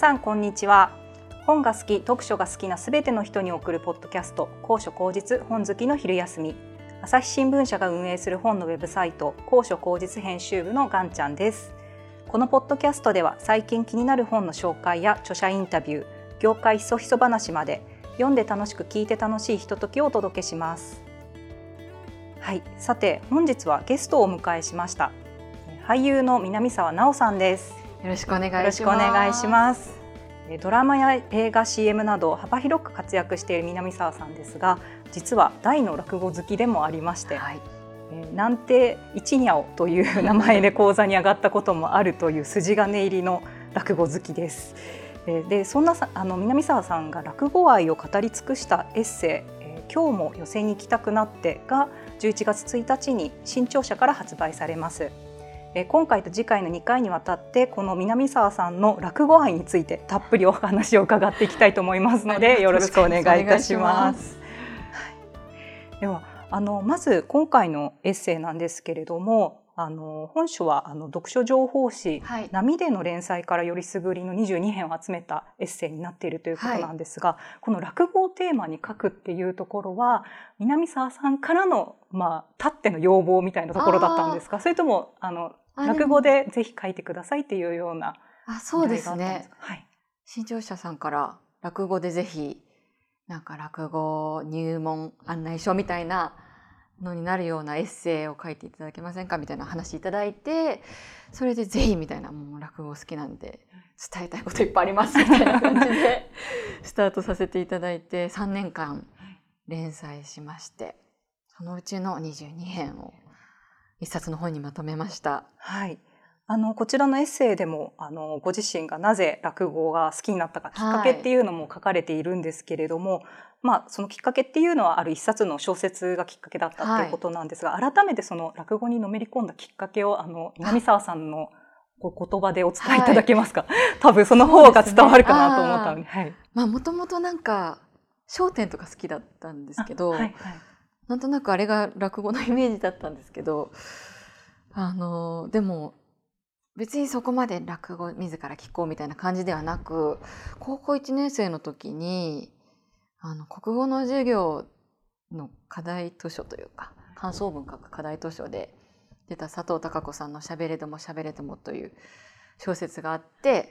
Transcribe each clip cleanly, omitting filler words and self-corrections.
さんこんにちは。本が好き、読書が好きなすべての人に送るポッドキャスト、高所高実本好きの昼休み。朝日新聞社が運営する本のウェブサイト、高所高実編集部のガンちゃんです。このポッドキャストでは最近気になる本の紹介や著者インタビュー、業界ひそひそ話まで、読んで楽しく聞いて楽しいひとときをお届けします。はい、さて本日はゲストをお迎えしました。俳優の南沢奈央さんです。 よろしくお願いします。 よろしくお願いします。ドラマや映画 CM など幅広く活躍している南沢さんですが、実は大の落語好きでもありまして、はい、南帝一にゃおという名前で講座に上がったこともあるという筋金入りの落語好きです。でそんな南沢さんが落語愛を語り尽くしたエッセイ、今日も寄席に行きたくなってが11月1日に新潮社から発売されます。今回と次回の2回にわたってこの南沢さんの落語愛についてたっぷりお話を伺っていきたいと思いますので、よろしくお願いいたします。ではまず今回のエッセイなんですけれども、本書は読書情報誌、はい、波での連載からよりすぐりの22編を集めたエッセイになっているということなんですが、はい、この落語をテーマに書くっていうところは南沢さんからの、たっての要望みたいなところだったんですか？それとも落語でぜひ書いてくださいっていうような。 そうですね、はい、新潮社さんから落語でぜひなんか落語入門案内書みたいなのになるようなエッセイを書いていただけませんかみたいな話いただいて、それでぜひみたいな、もう落語好きなんで伝えたいこといっぱいありますみたいな感じでスタートさせていただいて3年間連載しまして、そのうちの22編を一冊の本にまとめました。 はい、こちらのエッセイでもご自身がなぜ落語が好きになったかきっかけっていうのも書かれているんですけれども、そのきっかけっていうのはある一冊の小説がきっかけだったっていうことなんですが、改めてその落語にのめり込んだきっかけを南沢さんの言葉でお伝えいただけますか？多分その方が伝わるかなと思ったのに。 もともとなんか笑点とか好きだったんですけど、なんとなくあれが落語のイメージだったんですけど、でも別にそこまで落語自ら聞こうみたいな感じではなく、高校1年生の時に国語の授業の課題図書というか感想文書く課題図書で出た佐藤孝子さんのしゃべれどもしゃべれどもという小説があって、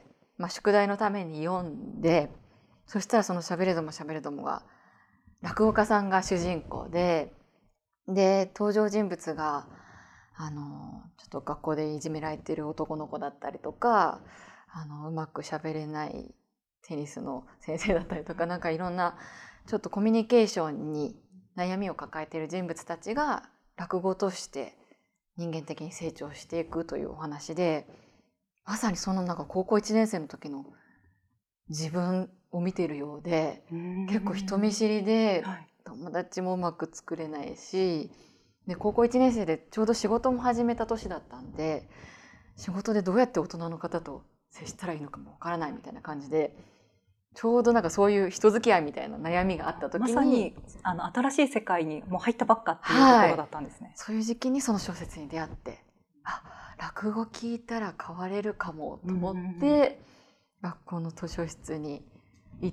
宿題のために読んで、そしたらそのしゃべれどもしゃべれどもが落語家さんが主人公で登場人物がちょっと学校でいじめられている男の子だったりとか、うまくしゃべれないテニスの先生だったりとか、なんかいろんなちょっとコミュニケーションに悩みを抱えている人物たちが落語として人間的に成長していくというお話で、まさにそのなんか高校1年生の時の自分を見ているようで、結構人見知りで友達もうまく作れないし、で高校1年生でちょうど仕事も始めた年だったんで、仕事でどうやって大人の方と接したらいいのかもわからないみたいな感じで、ちょうどなんかそういう人付き合いみたいな悩みがあった時に、 まさに新しい世界にもう入ったばっかっていうところだったんですね。 そういう時期にその小説に出会って、落語聞いたら変われるかもと思って、学校の図書室に行って、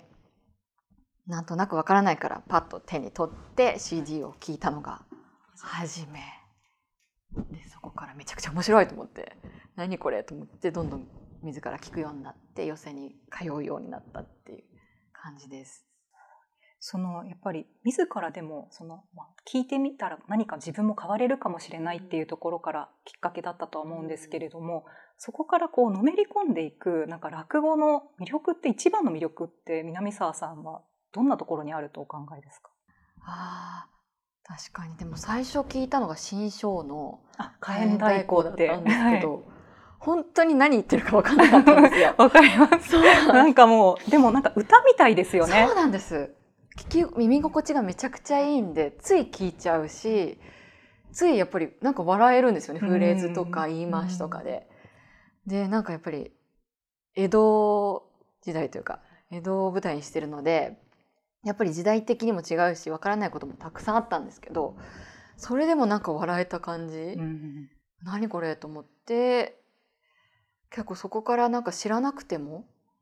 なんとなくわからないからパッと手に取って CD を聞いたのが初めで、そこからめちゃくちゃ面白いと思って、何これと思って、どんどん自ら聞くようになって寄席に通うようになったっていう感じです。 やっぱり自らでも聞いてみたら何か自分も変われるかもしれないっていうところからきっかけだったとは思うんですけれども、そこからのめり込んでいくなんか落語の魅力って、一番の魅力って南沢さんはどんなところにあるとお考えですか？ 確かに、でも最初聞いたのが新章の火焔太鼓だったんですけど、本当に何言ってるか分からなかったんですよ。 わかります。なんかもうでもなんか歌みたいですよね。 そうなんです。耳心地がめちゃくちゃいいんで、つい聞いちゃうし、ついやっぱりなんか笑えるんですよね、フレーズとか言い回しとかで。でなんかやっぱり江戸時代というか江戸を舞台にしてるので、やっぱり時代的にも違うし分からないこともたくさんあったんですけど、それでもなんか笑えた感じ、何これと思って、結構そこからなんか知らなくても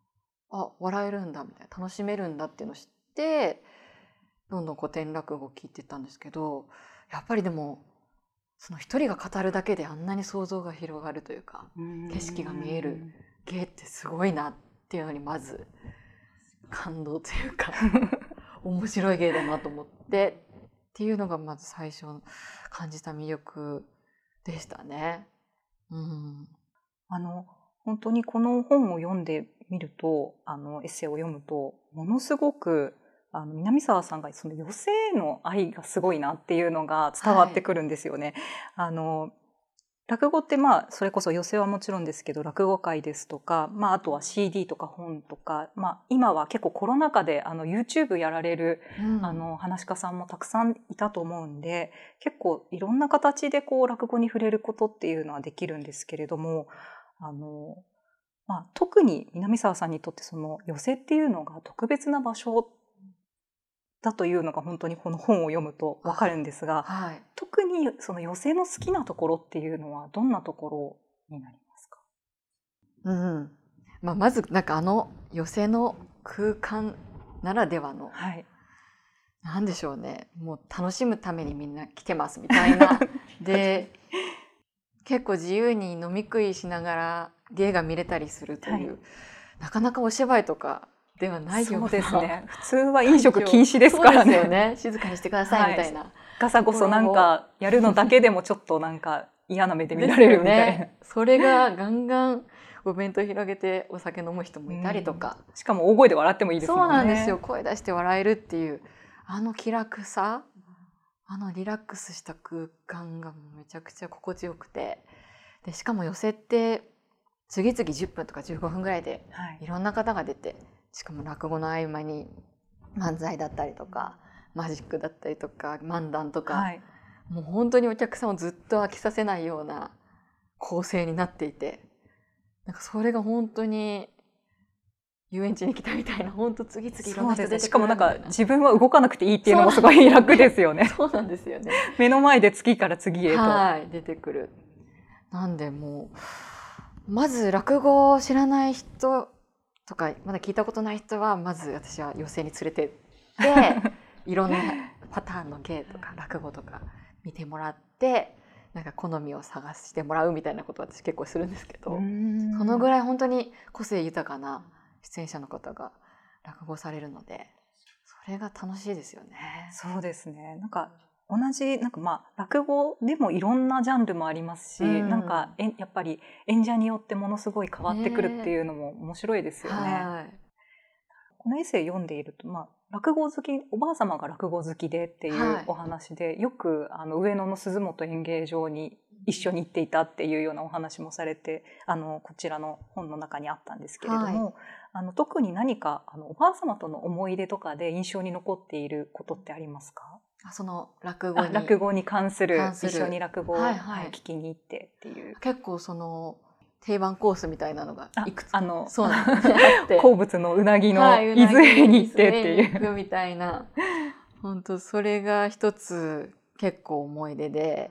笑えるんだみたいな、楽しめるんだっていうのを知ってどんどん古典落語を聞いていったんですけど、やっぱりでもその一人が語るだけであんなに想像が広がるというか、景色が見える芸ってすごいなっていうのにまず感動というか面白い芸だなと思ってっていうのがまず最初感じた魅力でしたね。 本当にこの本を読んでみると、エッセイを読むとものすごく南沢さんがその余生への愛がすごいなっていうのが伝わってくるんですよね。落語ってそれこそ寄席はもちろんですけど、落語会ですとか、あとは CD とか本とか、今は結構コロナ禍でYouTube やられる、話し家さんもたくさんいたと思うんで、結構いろんな形で落語に触れることっていうのはできるんですけれども、特に南沢さんにとってその寄席っていうのが特別な場所だというのが本当にこの本を読むと分かるんですが、特にその寄席の好きなところっていうのはどんなところになりますか？ まずなんか寄席の空間ならではの、なんでしょうね、もう楽しむためにみんな来てますみたいなで結構自由に飲み食いしながら芸が見れたりするという、なかなかお芝居とかではないような。 そうですね。普通は飲食禁止ですからね。 そうですよね。静かにしてくださいみたいな。 ガサゴソなんかやるのだけでもちょっとなんか嫌な目で見られるみたいな。 それがガンガンお弁当広げてお酒飲む人もいたりとか。 しかも大声で笑ってもいいですもんね。 そうなんですよ。声出して笑えるっていう気楽さ、リラックスした空間がめちゃくちゃ心地よくて、でしかも寄席って次々10分とか15分ぐらいでいろんな方が出て、しかも落語の合間に漫才だったりとかマジックだったりとか漫談とか、もう本当にお客さんをずっと飽きさせないような構成になっていて、なんかそれが本当に遊園地に来たみたいな、本当次々いろんな人出てくる。 しかもなんか自分は動かなくていいっていうのもすごい楽ですよね。 そうなんですよね。 目の前で次から次へと、 出てくる。なんでもうまず落語を知らない人とかまだ聞いたことない人はまず私は寄席に連れてっていろんなパターンの芸とか落語とか見てもらって、なんか好みを探してもらうみたいなことを私結構するんですけど、そのぐらい本当に個性豊かな出演者の方が落語されるので、それが楽しいですよね。 そうですね。なんか同じ落語でもいろんなジャンルもありますし、なんかやっぱり演者によってものすごい変わってくるっていうのも面白いですよね。このエッセイ読んでいると、落語好き、おばあ様が落語好きでっていうお話で、よく上野の鈴本演芸場に一緒に行っていたっていうようなお話もされて、こちらの本の中にあったんですけれども、特に何かおばあ様との思い出とかで印象に残っていることってありますか？ その落語に関する一緒に落語を聞きに行ってっていう、 結構その定番コースみたいなのがいくつかそうなんです好物のうなぎの伊豆へに行ってっていうみたいな、本当それが一つ結構思い出で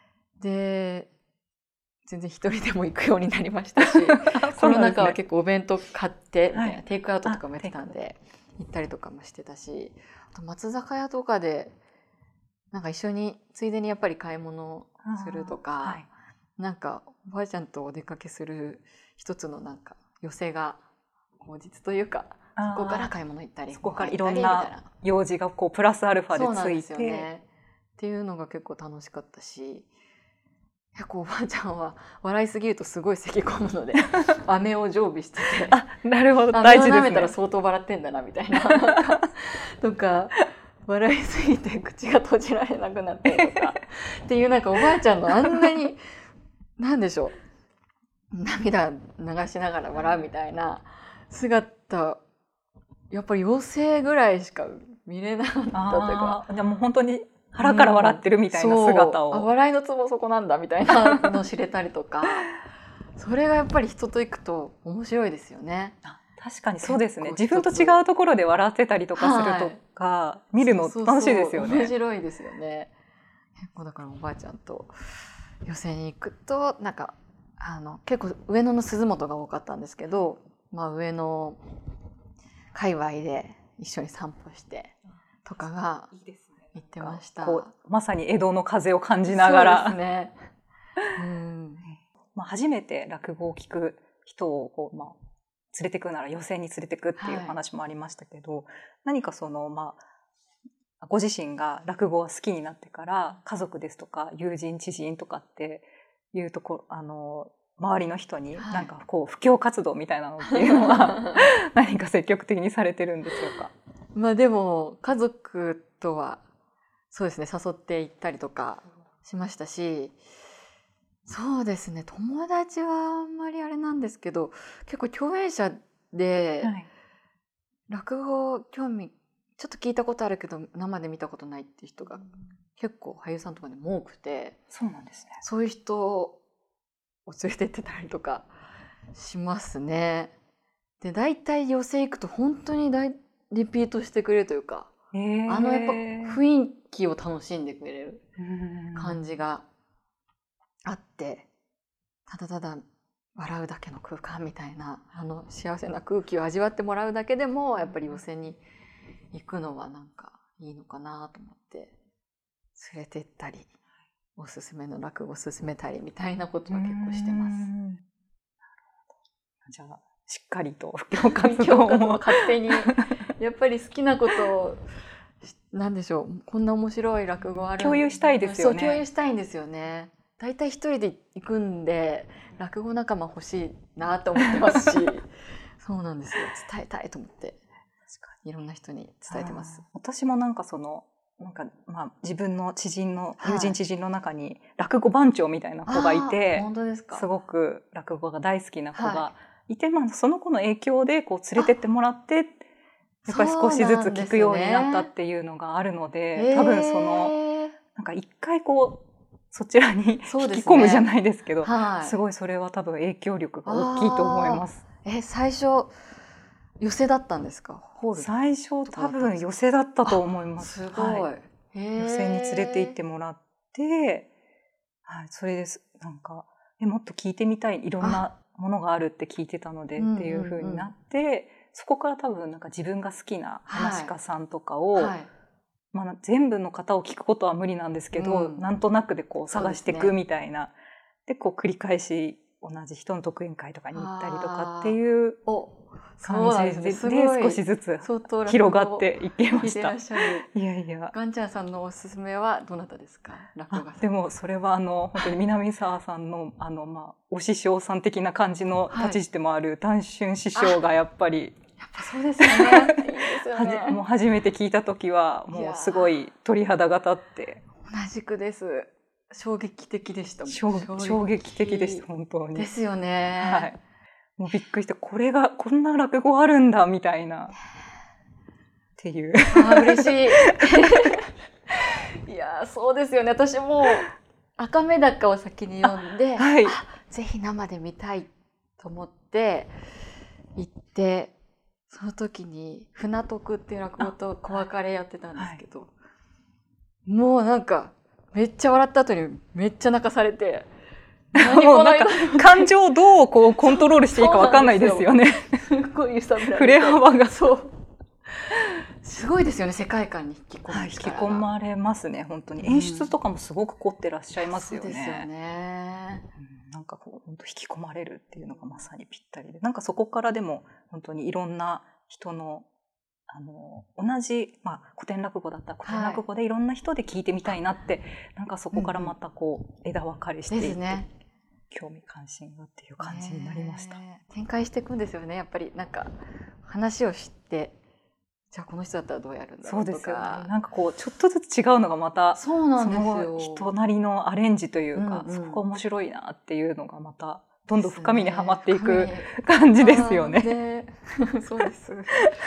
全然一人でも行くようになりましたしコロナ禍は結構お弁当買ってみたいな、テイクアウトとかもやってたんで行ったりとかもしてたし、あと松坂屋とかでなんか一緒についでにやっぱり買い物するとか、なんかおばあちゃんとお出かけする一つのなんか寄席が口実というか、そこから買い物行ったり、 そこからいろんな用事がプラスアルファでついて、 ね、っていうのが結構楽しかったし、結構おばあちゃんは笑いすぎるとすごい咳込むので飴を常備しててなるほど、大事ですね。 飴を舐めたら相当笑ってんだなみたいなとか、笑いすぎて口が閉じられなくなったりとかっていう、なんかおばあちゃんのあんなになんでしょう、涙流しながら笑うみたいな姿、やっぱり妖精ぐらいしか見れなかったというか、 じゃあもう本当に腹から笑ってるみたいな姿を、 笑いのツボそこなんだみたいなのを知れたりとかそれがやっぱり人と行くと面白いですよね。 確かにそうですね。自分と違うところで笑ってたりとかするとか、見るの楽しいですよね。 面白いですよね。結構だからおばあちゃんと寄席に行くと、なんか結構上野の鈴本が多かったんですけど、上野界隈で一緒に散歩してとかが言ってました。 こうまさに江戸の風を感じながら。 そうですね。 初めて落語を聞く人をこう、連れてくなら寄席に連れてくっていう話もありましたけど、何かそのご自身が落語が好きになってから家族ですとか友人知人とかっていうとこ周りの人になんかこう布教活動みたいなのっていうのは何か積極的にされてるんでしょうか？ でも家族とはそうですね、誘って行ったりとかしましたし、そうですね、友達はあんまりあれなんですけど、結構共演者で落語興味ちょっと聞いたことあるけど生で見たことないっていう人が結構俳優さんとかでも多くて、 そうなんですね。 そういう人を連れてってたりとかしますね。で、大体寄席行くと本当にリピートしてくれるというか、やっぱ雰囲気を楽しんでくれる感じがあって、ただただ笑うだけの空間みたいな幸せな空気を味わってもらうだけでもやっぱり寄席に行くのはなんかいいのかなと思って連れてったり、おすすめの落語を勧めたりみたいなことは結構してます。 じゃあしっかりと布教活動も勝手にやっぱり好きなことをなんでしょう、こんな面白い落語ある、 共有したいですよね。 そう、共有したいんですよね。だいたい一人で行くんで落語仲間欲しいなと思ってますしそうなんですよ、伝えたいと思っていろんな人に伝えてます。 私もなんか自分の友人知人の中に落語番長みたいな子がいて、 本当ですか？ すごく落語が大好きな子がいて、その子の影響でこう連れてってもらってやっぱり少しずつ聞くようになったっていうのがあるので、多分なんか一回こうそちらに引き込むじゃないですけど、すごいそれは多分影響力が大きいと思います。 最初寄席だったんですか？ホール？ 最初多分寄席だったと思います。 すごい。 寄席に連れて行ってもらって、それですなんかもっと聞いてみたい、いろんなものがあるって聞いてたのでっていう風になって、そこから多分なんか自分が好きな噺家さんとかを、全部の方を聞くことは無理なんですけど、なんとなくでこう探していくみたいな、でこう繰り返し同じ人の独演会とかに行ったりとかっていう感じで少しずつ広がっていきました。いやいや。 ガンちゃんさんのおすすめはどなたですか？ でもそれは本当に南沢さんのお師匠さん的な感じの立ち位置でもある談春師匠がやっぱり。 やっぱそうですよね。いいですよね。 もう初めて聞いた時はもうすごい鳥肌が立って。 同じくです。衝撃的でした。 衝撃的でした本当に。 ですよね。 もうびっくりして、こんな落語あるんだみたいなっていう。 嬉しい。いやそうですよね。私も赤目高を先に読んで、ぜひ生で見たいと思って行って、その時に船徳っていう落語と小別れやってたんですけど、もうなんかめっちゃ笑った後にめっちゃ泣かされて。 もうなんか感情をどうこうコントロールしていいか分かんないですよね。 すごい揺さぶられて、 振れ幅がすごいですよね。世界観に引き込まれますね。本当に演出とかもすごく凝ってらっしゃいますよね。 そうですよね。 なんかこう本当引き込まれるっていうのがまさにぴったりで、なんかそこからでも本当にいろんな人の同じ、古典落語だったら古典落語でいろんな人で聞いてみたいなって、なんかそこからまたこう枝分かれしていって、興味関心がっていう感じになりました。 展開していくんですよね。やっぱりなんか話を知って、じゃあこの人だったらどうやるんだろうとか。そうですよね。 なんかこうちょっとずつ違うのがまたそうなんですよ。 人なりのアレンジというか、そこが面白いなっていうのがまたどんどん深みにはまっていく感じですよね。 そうです。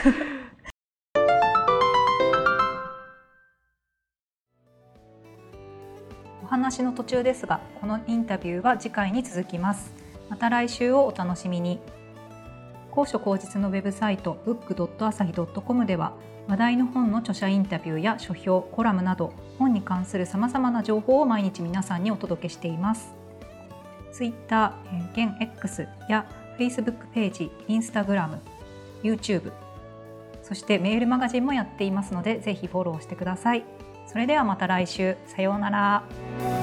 お話の途中ですが、このインタビューは次回に続きます。また来週をお楽しみに。高所高実のウェブサイト book.asahi.com では話題の本の著者インタビューや書評、コラムなど本に関するさまざまな情報を毎日皆さんにお届けしています。Twitter、現 X や Facebook ページ、Instagram、YouTube、 そしてメールマガジンもやっていますので、ぜひフォローしてください。それではまた来週。さようなら。